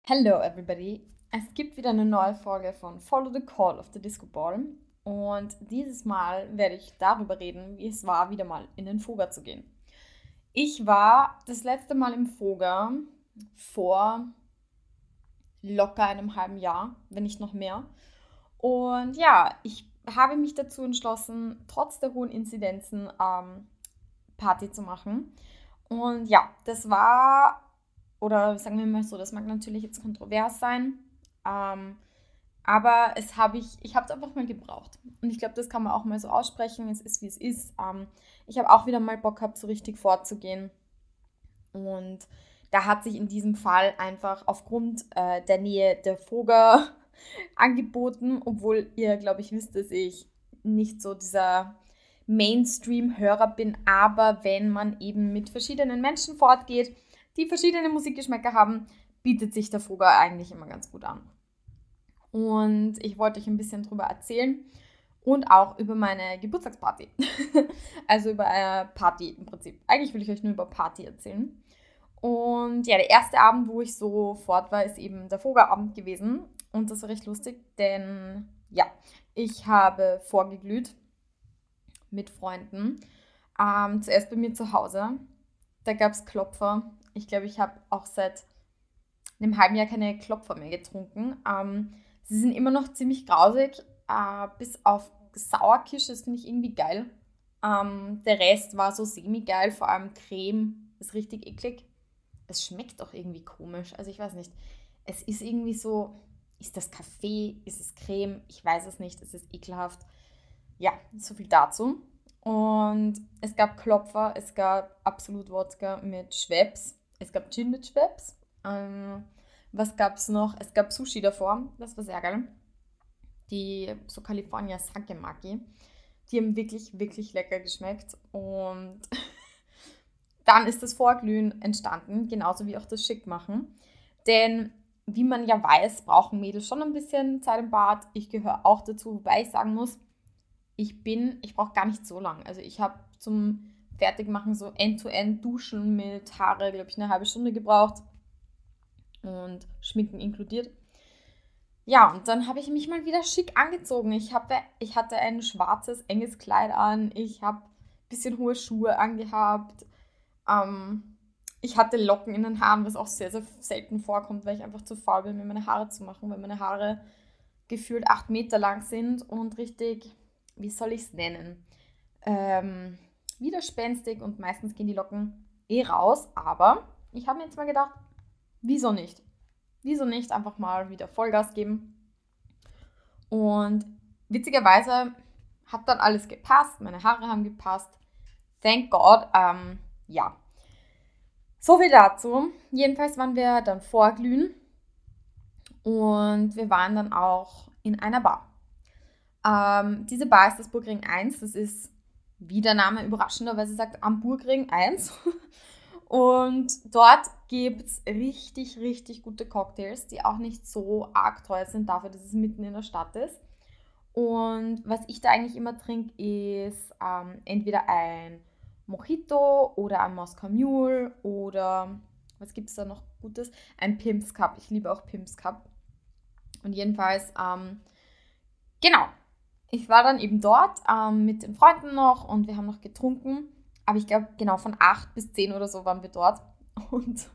Hello everybody! Es gibt wieder eine neue Folge von Follow the Call of the Disco Ball und dieses Mal werde ich darüber reden, wie es war, wieder mal in den Foga zu gehen. Ich war das letzte Mal im Foga vor locker einem halben Jahr, wenn nicht noch mehr. Und ja, ich habe mich dazu entschlossen, trotz der hohen Inzidenzen Party zu machen. Und ja, das war, oder sagen wir mal so, das mag natürlich jetzt kontrovers sein, ähm, aber ich habe es einfach mal gebraucht. Und ich glaube, das kann man auch mal so aussprechen, es ist, wie es ist. Ich habe auch wieder mal Bock gehabt, so richtig vorzugehen. Und da hat sich in diesem Fall einfach aufgrund der Nähe der Foga angeboten, obwohl ihr, glaube ich, wisst, dass ich nicht so dieser Mainstream-Hörer bin, aber wenn man eben mit verschiedenen Menschen fortgeht, die verschiedene Musikgeschmäcker haben, bietet sich der Foga eigentlich immer ganz gut an. Und ich wollte euch ein bisschen drüber erzählen und auch über meine Geburtstagsparty. Also über eine Party im Prinzip. Eigentlich will ich euch nur über Party erzählen. Und ja, der erste Abend, wo ich so fort war, ist eben der Foga-Abend gewesen. Und das war recht lustig, denn ja, ich habe vorgeglüht mit Freunden. Zuerst bei mir zu Hause. Da gab es Klopfer. Ich glaube, ich habe auch seit einem halben Jahr keine Klopfer mehr getrunken. Sie sind immer noch ziemlich grausig, bis auf Sauerkirsche, das finde ich irgendwie geil. Der Rest war so semi-geil, vor allem Creme ist richtig eklig. Es schmeckt auch irgendwie komisch, also ich weiß nicht. Es ist irgendwie so, ist das Kaffee, ist es Creme? Ich weiß es nicht, es ist ekelhaft. Ja, so viel dazu. Und es gab Klopfer, es gab Absolut Wodka mit Schweppes, es gab Gin mit Schweppes. Was gab es noch? Es gab Sushi davor, das war sehr geil. Die so California Sake Maki. Die haben wirklich, wirklich lecker geschmeckt. Und dann ist das Vorglühen entstanden, genauso wie auch das Schickmachen. Denn wie man ja weiß, brauchen Mädels schon ein bisschen Zeit im Bad. Ich gehöre auch dazu, wobei ich sagen muss, ich brauche gar nicht so lang. Also ich habe zum Fertigmachen so End-to-End Duschen mit Haare, glaube ich, eine halbe Stunde gebraucht. Und Schminken inkludiert. Ja, und dann habe ich mich mal wieder schick angezogen. Ich hatte ein schwarzes, enges Kleid an. Ich habe ein bisschen hohe Schuhe angehabt. Ich hatte Locken in den Haaren, was auch sehr, sehr selten vorkommt, weil ich einfach zu faul bin, mir meine Haare zu machen, weil meine Haare gefühlt 8 Meter lang sind und richtig, wie soll ich es nennen, widerspenstig und meistens gehen die Locken raus. Aber ich habe mir jetzt mal gedacht, wieso nicht? Wieso nicht einfach mal wieder Vollgas geben? Und witzigerweise hat dann alles gepasst, meine Haare haben gepasst. Thank God. Ja. So viel dazu. Jedenfalls waren wir dann vorglühen und wir waren dann auch in einer Bar. Diese Bar ist das Burgring 1. Das ist, wie der Name überraschenderweise sagt, am Burgring 1. Und dort gibt es richtig, richtig gute Cocktails, die auch nicht so arg teuer sind dafür, dass es mitten in der Stadt ist. Und was ich da eigentlich immer trinke, ist entweder ein Mojito oder ein Moscow Mule oder was gibt es da noch Gutes? Ein Pimps Cup. Ich liebe auch Pimps Cup. Und jedenfalls, genau, ich war dann eben dort mit den Freunden noch und wir haben noch getrunken. Aber ich glaube, genau von 8 bis 10 oder so waren wir dort. Und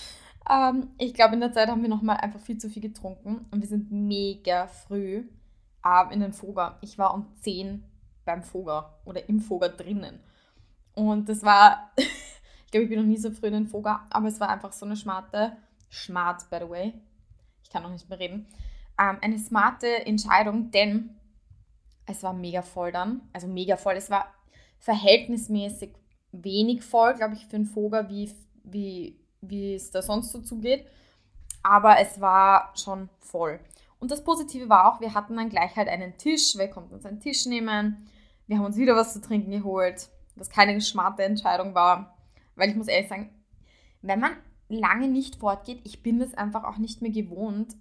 ich glaube, in der Zeit haben wir nochmal einfach viel zu viel getrunken. Und wir sind mega früh in den Foga. Ich war um 10 beim Foga oder im Foga drinnen. Und das war, ich glaube, ich bin noch nie so früh in den Foga, aber es war einfach so eine smart, by the way, ich kann noch nicht mehr reden, eine smarte Entscheidung, denn es war mega voll dann. Also mega voll. Es war verhältnismäßig wenig voll, glaube ich, für einen Foga, wie es da sonst so zugeht. Aber es war schon voll. Und das Positive war auch, wir hatten dann gleich halt einen Tisch. Wer kommt uns einen Tisch nehmen? Wir haben uns wieder was zu trinken geholt, was keine smarte Entscheidung war. Weil ich muss ehrlich sagen, wenn man lange nicht fortgeht, ich bin das einfach auch nicht mehr gewohnt,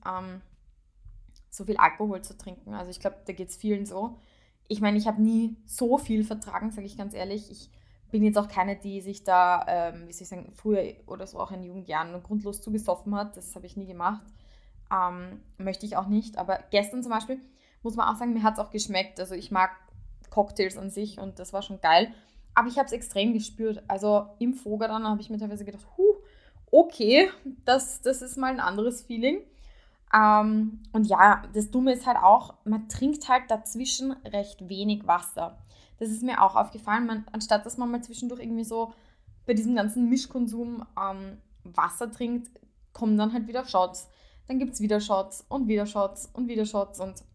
so viel Alkohol zu trinken. Also ich glaube, da geht es vielen so. Ich meine, ich habe nie so viel vertragen, sage ich ganz ehrlich. Ich bin jetzt auch keine, die sich da, wie soll ich sagen, früher oder so auch in Jugendjahren grundlos zugesoffen hat. Das habe ich nie gemacht. Möchte ich auch nicht. Aber gestern zum Beispiel, muss man auch sagen, mir hat es auch geschmeckt. Also ich mag Cocktails an sich und das war schon geil. Aber ich habe es extrem gespürt. Also im Foger dann habe ich mir teilweise gedacht, okay, das ist mal ein anderes Feeling. Und ja, das Dumme ist halt auch, man trinkt halt dazwischen recht wenig Wasser. Das ist mir auch aufgefallen, anstatt dass man mal zwischendurch irgendwie so bei diesem ganzen Mischkonsum Wasser trinkt, kommen dann halt wieder Shots. Dann gibt es wieder Shots und wieder Shots und wieder Shots und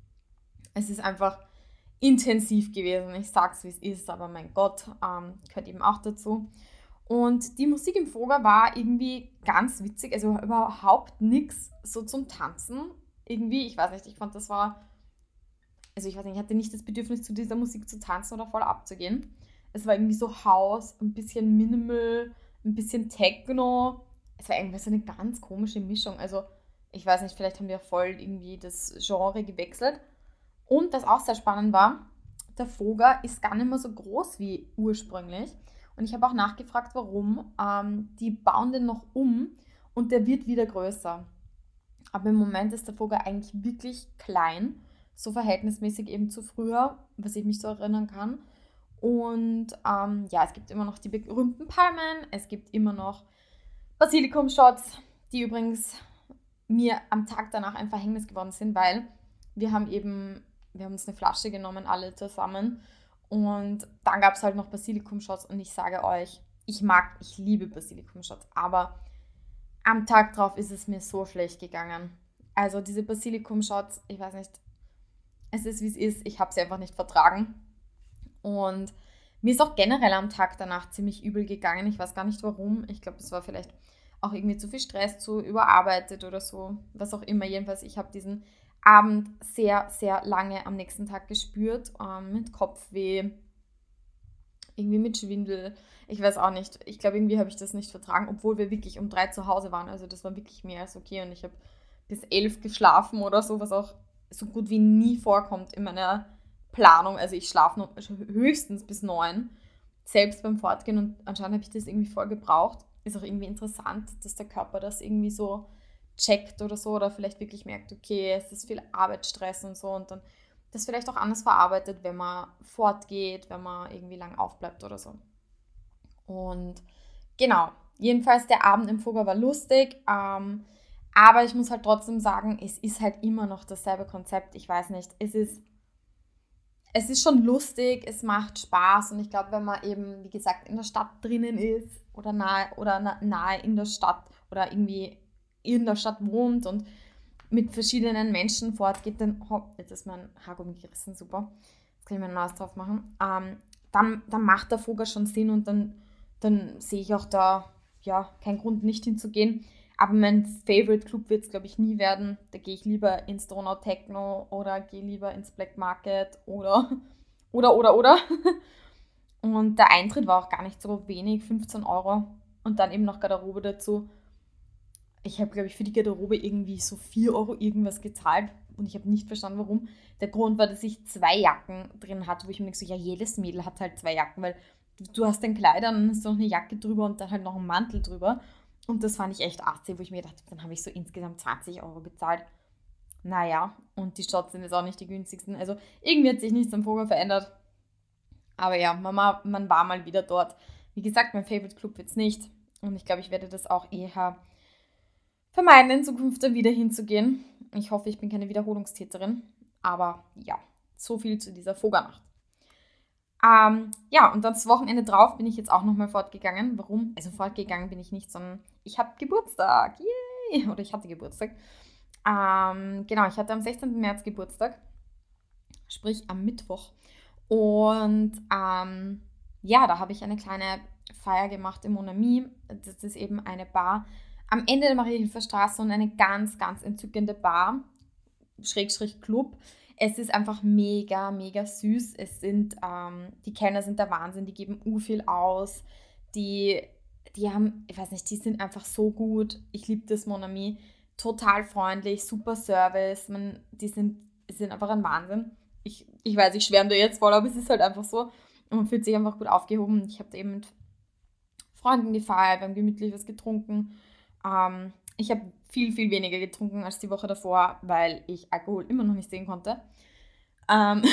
es ist einfach intensiv gewesen. Ich sag's, wie es ist, aber mein Gott, gehört eben auch dazu. Und die Musik im Foger war irgendwie ganz witzig, also überhaupt nichts so zum Tanzen. Irgendwie, ich weiß nicht, ich fand, das war, also ich weiß nicht, ich hatte nicht das Bedürfnis, zu dieser Musik zu tanzen oder voll abzugehen. Es war irgendwie so House, ein bisschen Minimal, ein bisschen Techno. Es war irgendwie so eine ganz komische Mischung. Also ich weiß nicht, vielleicht haben wir voll irgendwie das Genre gewechselt. Und was auch sehr spannend war, der Foger ist gar nicht mehr so groß wie ursprünglich. Und ich habe auch nachgefragt, warum. Die bauen den noch um und der wird wieder größer. Aber im Moment ist der Foger eigentlich wirklich klein, so verhältnismäßig eben zu früher, was ich mich so erinnern kann. Und ja, es gibt immer noch die berühmten Palmen, es gibt immer noch Basilikum-Shots, die übrigens mir am Tag danach ein Verhängnis geworden sind, weil wir haben uns eine Flasche genommen, alle zusammen. Und dann gab es halt noch Basilikum-Shots und ich sage euch, ich liebe Basilikum-Shots, aber am Tag drauf ist es mir so schlecht gegangen. Also diese Basilikum-Shots, ich weiß nicht, es ist wie es ist, ich habe sie einfach nicht vertragen. Und mir ist auch generell am Tag danach ziemlich übel gegangen. Ich weiß gar nicht warum. Ich glaube, es war vielleicht auch irgendwie zu viel Stress, zu überarbeitet oder so, was auch immer. Jedenfalls, ich habe diesen Abend sehr, sehr lange am nächsten Tag gespürt, mit Kopfweh, irgendwie mit Schwindel. Ich weiß auch nicht. Ich glaube, irgendwie habe ich das nicht vertragen, obwohl wir wirklich um 3 zu Hause waren. Also das war wirklich mehr als okay. Und ich habe bis 11 geschlafen oder so, was auch so gut wie nie vorkommt in meiner Planung. Also ich schlafe höchstens bis 9, selbst beim Fortgehen. Und anscheinend habe ich das irgendwie voll gebraucht. Ist auch irgendwie interessant, dass der Körper das irgendwie so checkt oder so oder vielleicht wirklich merkt, okay, es ist viel Arbeitsstress und so und dann das vielleicht auch anders verarbeitet, wenn man fortgeht, wenn man irgendwie lang aufbleibt oder so. Und genau, jedenfalls der Abend im Foger war lustig, aber ich muss halt trotzdem sagen, es ist halt immer noch dasselbe Konzept. Ich weiß nicht, es ist schon lustig, es macht Spaß und ich glaube, wenn man eben, wie gesagt, in der Stadt drinnen ist oder nahe in der Stadt oder irgendwie in der Stadt wohnt und mit verschiedenen Menschen fortgeht, dann, jetzt ist mein Haargummi gerissen, super, jetzt kann ich mir ein neues drauf machen, dann macht der Foger schon Sinn und dann sehe ich auch da, ja, keinen Grund nicht hinzugehen. Aber mein Favorite Club wird es, glaube ich, nie werden. Da gehe ich lieber ins Donau Techno oder gehe lieber ins Black Market oder. Und der Eintritt war auch gar nicht so wenig, 15 Euro. Und dann eben noch Garderobe dazu. Ich habe, glaube ich, für die Garderobe irgendwie so 4 Euro irgendwas gezahlt. Und ich habe nicht verstanden, warum. Der Grund war, dass ich 2 Jacken drin hatte, wo ich mir denke, so, ja, jedes Mädel hat halt 2 Jacken, weil du hast dein Kleid an, dann hast du noch eine Jacke drüber und dann halt noch einen Mantel drüber. Und das fand ich echt assi, wo ich mir gedacht habe, dann habe ich so insgesamt 20 Euro bezahlt. Naja, und die Shots sind jetzt auch nicht die günstigsten. Also irgendwie hat sich nichts am Foger verändert. Aber ja, man war mal wieder dort. Wie gesagt, mein Favorite Club wird es nicht. Und ich glaube, ich werde das auch eher vermeiden, in Zukunft da wieder hinzugehen. Ich hoffe, ich bin keine Wiederholungstäterin. Aber ja, so viel zu dieser Fogernacht. Ja, und das Wochenende drauf bin ich jetzt auch nochmal fortgegangen. Warum? Also fortgegangen bin ich nicht, sondern ich habe Geburtstag. Yay! Oder ich hatte Geburtstag. Genau, ich hatte am 16. März Geburtstag. Sprich am Mittwoch. Und ja, da habe ich eine kleine Feier gemacht im Mon Ami. Das ist eben eine Bar am Ende der Mariahilfer Straße und eine ganz, ganz entzückende Bar. Schrägstrich Club. Es ist einfach mega, mega süß. Die Kellner sind der Wahnsinn, die geben viel aus. Die haben, ich weiß nicht, die sind einfach so gut. Ich liebe das Mon Ami. Total freundlich, super Service. Die sind einfach ein Wahnsinn. Ich weiß, ich schwärme da jetzt voll, aber es ist halt einfach so. und man fühlt sich einfach gut aufgehoben. Ich habe da eben mit Freunden gefeiert, wir haben gemütlich was getrunken. Ich habe viel, viel weniger getrunken als die Woche davor, weil ich Alkohol immer noch nicht sehen konnte. Ähm,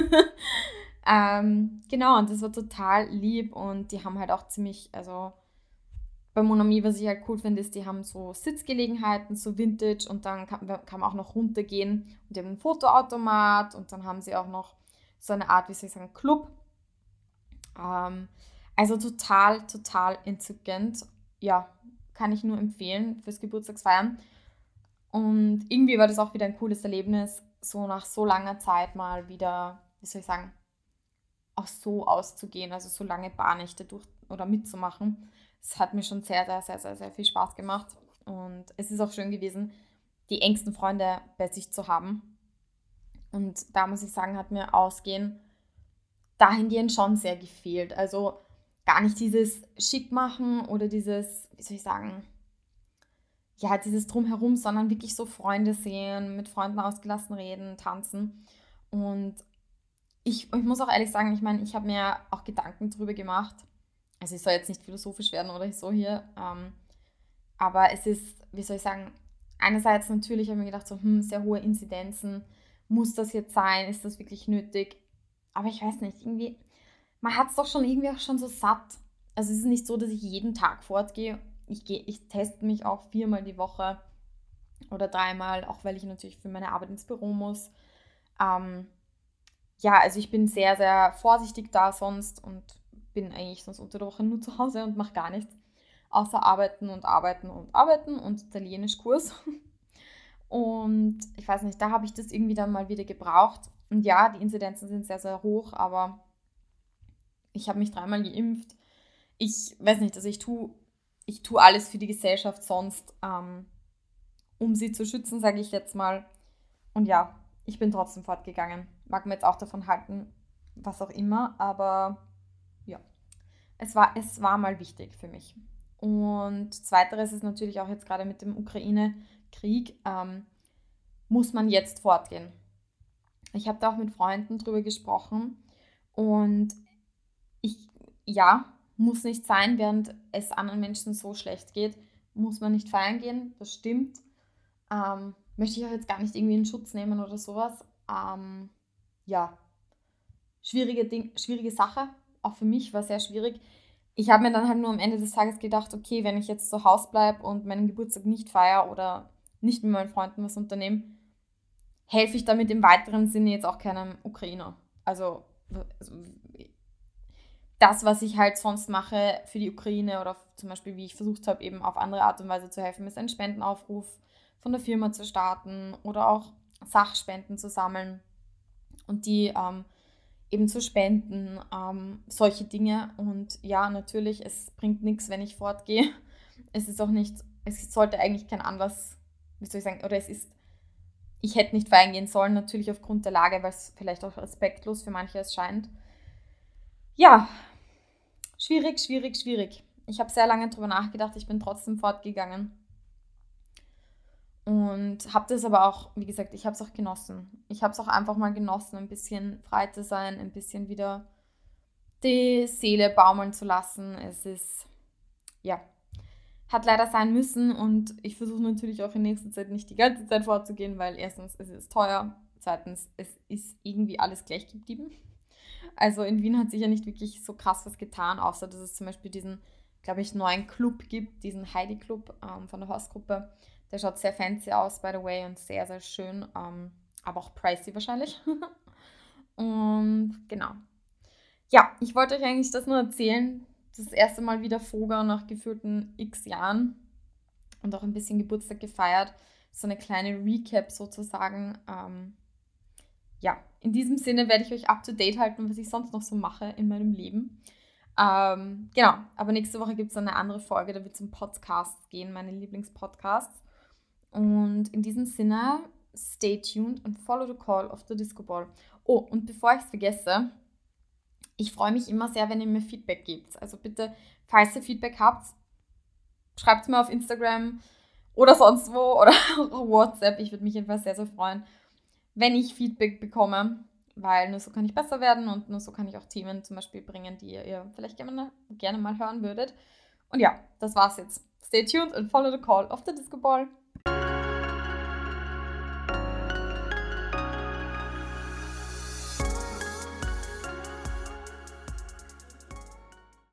genau, und das war total lieb und die haben halt auch ziemlich, also bei Mon Ami, was ich halt cool finde, ist, die haben so Sitzgelegenheiten, so Vintage und dann kann man auch noch runtergehen und die haben einen Fotoautomat und dann haben sie auch noch so eine Art, wie soll ich sagen, Club. Also total, total entzückend. Ja, kann ich nur empfehlen fürs Geburtstagsfeiern. Und irgendwie war das auch wieder ein cooles Erlebnis, so nach so langer Zeit mal wieder, wie soll ich sagen, auch so auszugehen, also so lange Barnächte durch oder mitzumachen. Es hat mir schon sehr, sehr, sehr, sehr, sehr viel Spaß gemacht. Und es ist auch schön gewesen, die engsten Freunde bei sich zu haben. Und da muss ich sagen, hat mir Ausgehen dahingehend schon sehr gefehlt. Also gar nicht dieses Schick machen oder dieses, wie soll ich sagen, ja, dieses Drumherum, sondern wirklich so Freunde sehen, mit Freunden ausgelassen reden, tanzen. Und ich muss auch ehrlich sagen, ich meine, ich habe mir auch Gedanken drüber gemacht. Also ich soll jetzt nicht philosophisch werden oder so hier. Aber es ist, wie soll ich sagen, einerseits natürlich habe ich mir gedacht, so, sehr hohe Inzidenzen. Muss das jetzt sein? Ist das wirklich nötig? Aber ich weiß nicht, irgendwie, man hat es doch schon irgendwie auch schon so satt. Also es ist nicht so, dass ich jeden Tag fortgehe. Ich teste mich auch 4-mal die Woche oder 3-mal, auch weil ich natürlich für meine Arbeit ins Büro muss. Ähm, ja, also ich bin sehr, sehr vorsichtig da sonst und bin eigentlich sonst unter der Woche nur zu Hause und mache gar nichts. Außer arbeiten und arbeiten und arbeiten und Italienischkurs. Und ich weiß nicht, da habe ich das irgendwie dann mal wieder gebraucht. Und ja, die Inzidenzen sind sehr, sehr hoch, aber ich habe mich 3-mal geimpft. Ich weiß nicht, also ich tue alles für die Gesellschaft sonst, um sie zu schützen, sage ich jetzt mal. Und ja, ich bin trotzdem fortgegangen. Mag mir jetzt auch davon halten, was auch immer, aber ja, es war mal wichtig für mich. Und zweiteres ist natürlich auch jetzt gerade mit dem Ukraine-Krieg, muss man jetzt fortgehen. Ich habe da auch mit Freunden drüber gesprochen und ja, muss nicht sein, während es anderen Menschen so schlecht geht, muss man nicht feiern gehen, das stimmt. Möchte ich auch jetzt gar nicht irgendwie in Schutz nehmen oder sowas. Ja, schwierige Sache, auch für mich war sehr schwierig. Ich habe mir dann halt nur am Ende des Tages gedacht, okay, wenn ich jetzt zu Hause bleibe und meinen Geburtstag nicht feiere oder nicht mit meinen Freunden was unternehme, helfe ich damit im weiteren Sinne jetzt auch keinem Ukrainer. Also das, was ich halt sonst mache für die Ukraine oder zum Beispiel, wie ich versucht habe, eben auf andere Art und Weise zu helfen, ist einen Spendenaufruf von der Firma zu starten oder auch Sachspenden zu sammeln und die eben zu spenden, solche Dinge. Und ja, natürlich, es bringt nichts, wenn ich fortgehe. Es ist auch nicht, es sollte eigentlich kein Anlass, wie soll ich sagen, oder ich hätte nicht feiern gehen sollen, natürlich aufgrund der Lage, weil es vielleicht auch respektlos für manche erscheint. Ja, schwierig, schwierig, schwierig. Ich habe sehr lange drüber nachgedacht, ich bin trotzdem fortgegangen. Und habe das aber auch, wie gesagt, ich habe es auch genossen. Ich habe es auch einfach mal genossen, ein bisschen frei zu sein, ein bisschen wieder die Seele baumeln zu lassen. Es ist, ja, hat leider sein müssen und ich versuche natürlich auch in nächster Zeit nicht die ganze Zeit vorzugehen, weil erstens, es ist teuer, zweitens, es ist irgendwie alles gleich geblieben. Also in Wien hat sich ja nicht wirklich so krass was getan, außer dass es zum Beispiel diesen, glaube ich, neuen Club gibt, diesen Heidi-Club von der Horstgruppe. Der schaut sehr fancy aus, by the way, und sehr, sehr schön, aber auch pricey wahrscheinlich. Und genau. Ja, ich wollte euch eigentlich das nur erzählen. Das erste Mal wieder Foga nach gefühlten x Jahren und auch ein bisschen Geburtstag gefeiert. So eine kleine Recap sozusagen. Ja, in diesem Sinne werde ich euch up to date halten, was ich sonst noch so mache in meinem Leben. Genau, aber nächste Woche gibt es eine andere Folge, da wird es um Podcasts gehen, meine Lieblingspodcasts. Und in diesem Sinne, stay tuned und follow the call of the Disco Ball. Oh, und bevor ich es vergesse, ich freue mich immer sehr, wenn ihr mir Feedback gebt. Also bitte, falls ihr Feedback habt, schreibt es mir auf Instagram oder sonst wo oder WhatsApp. Ich würde mich jedenfalls sehr, sehr freuen, wenn ich Feedback bekomme. weil nur so kann ich besser werden und nur so kann ich auch Themen zum Beispiel bringen, die ihr vielleicht gerne mal hören würdet. Und ja, das war's jetzt. Stay tuned and follow the call of the Disco Ball.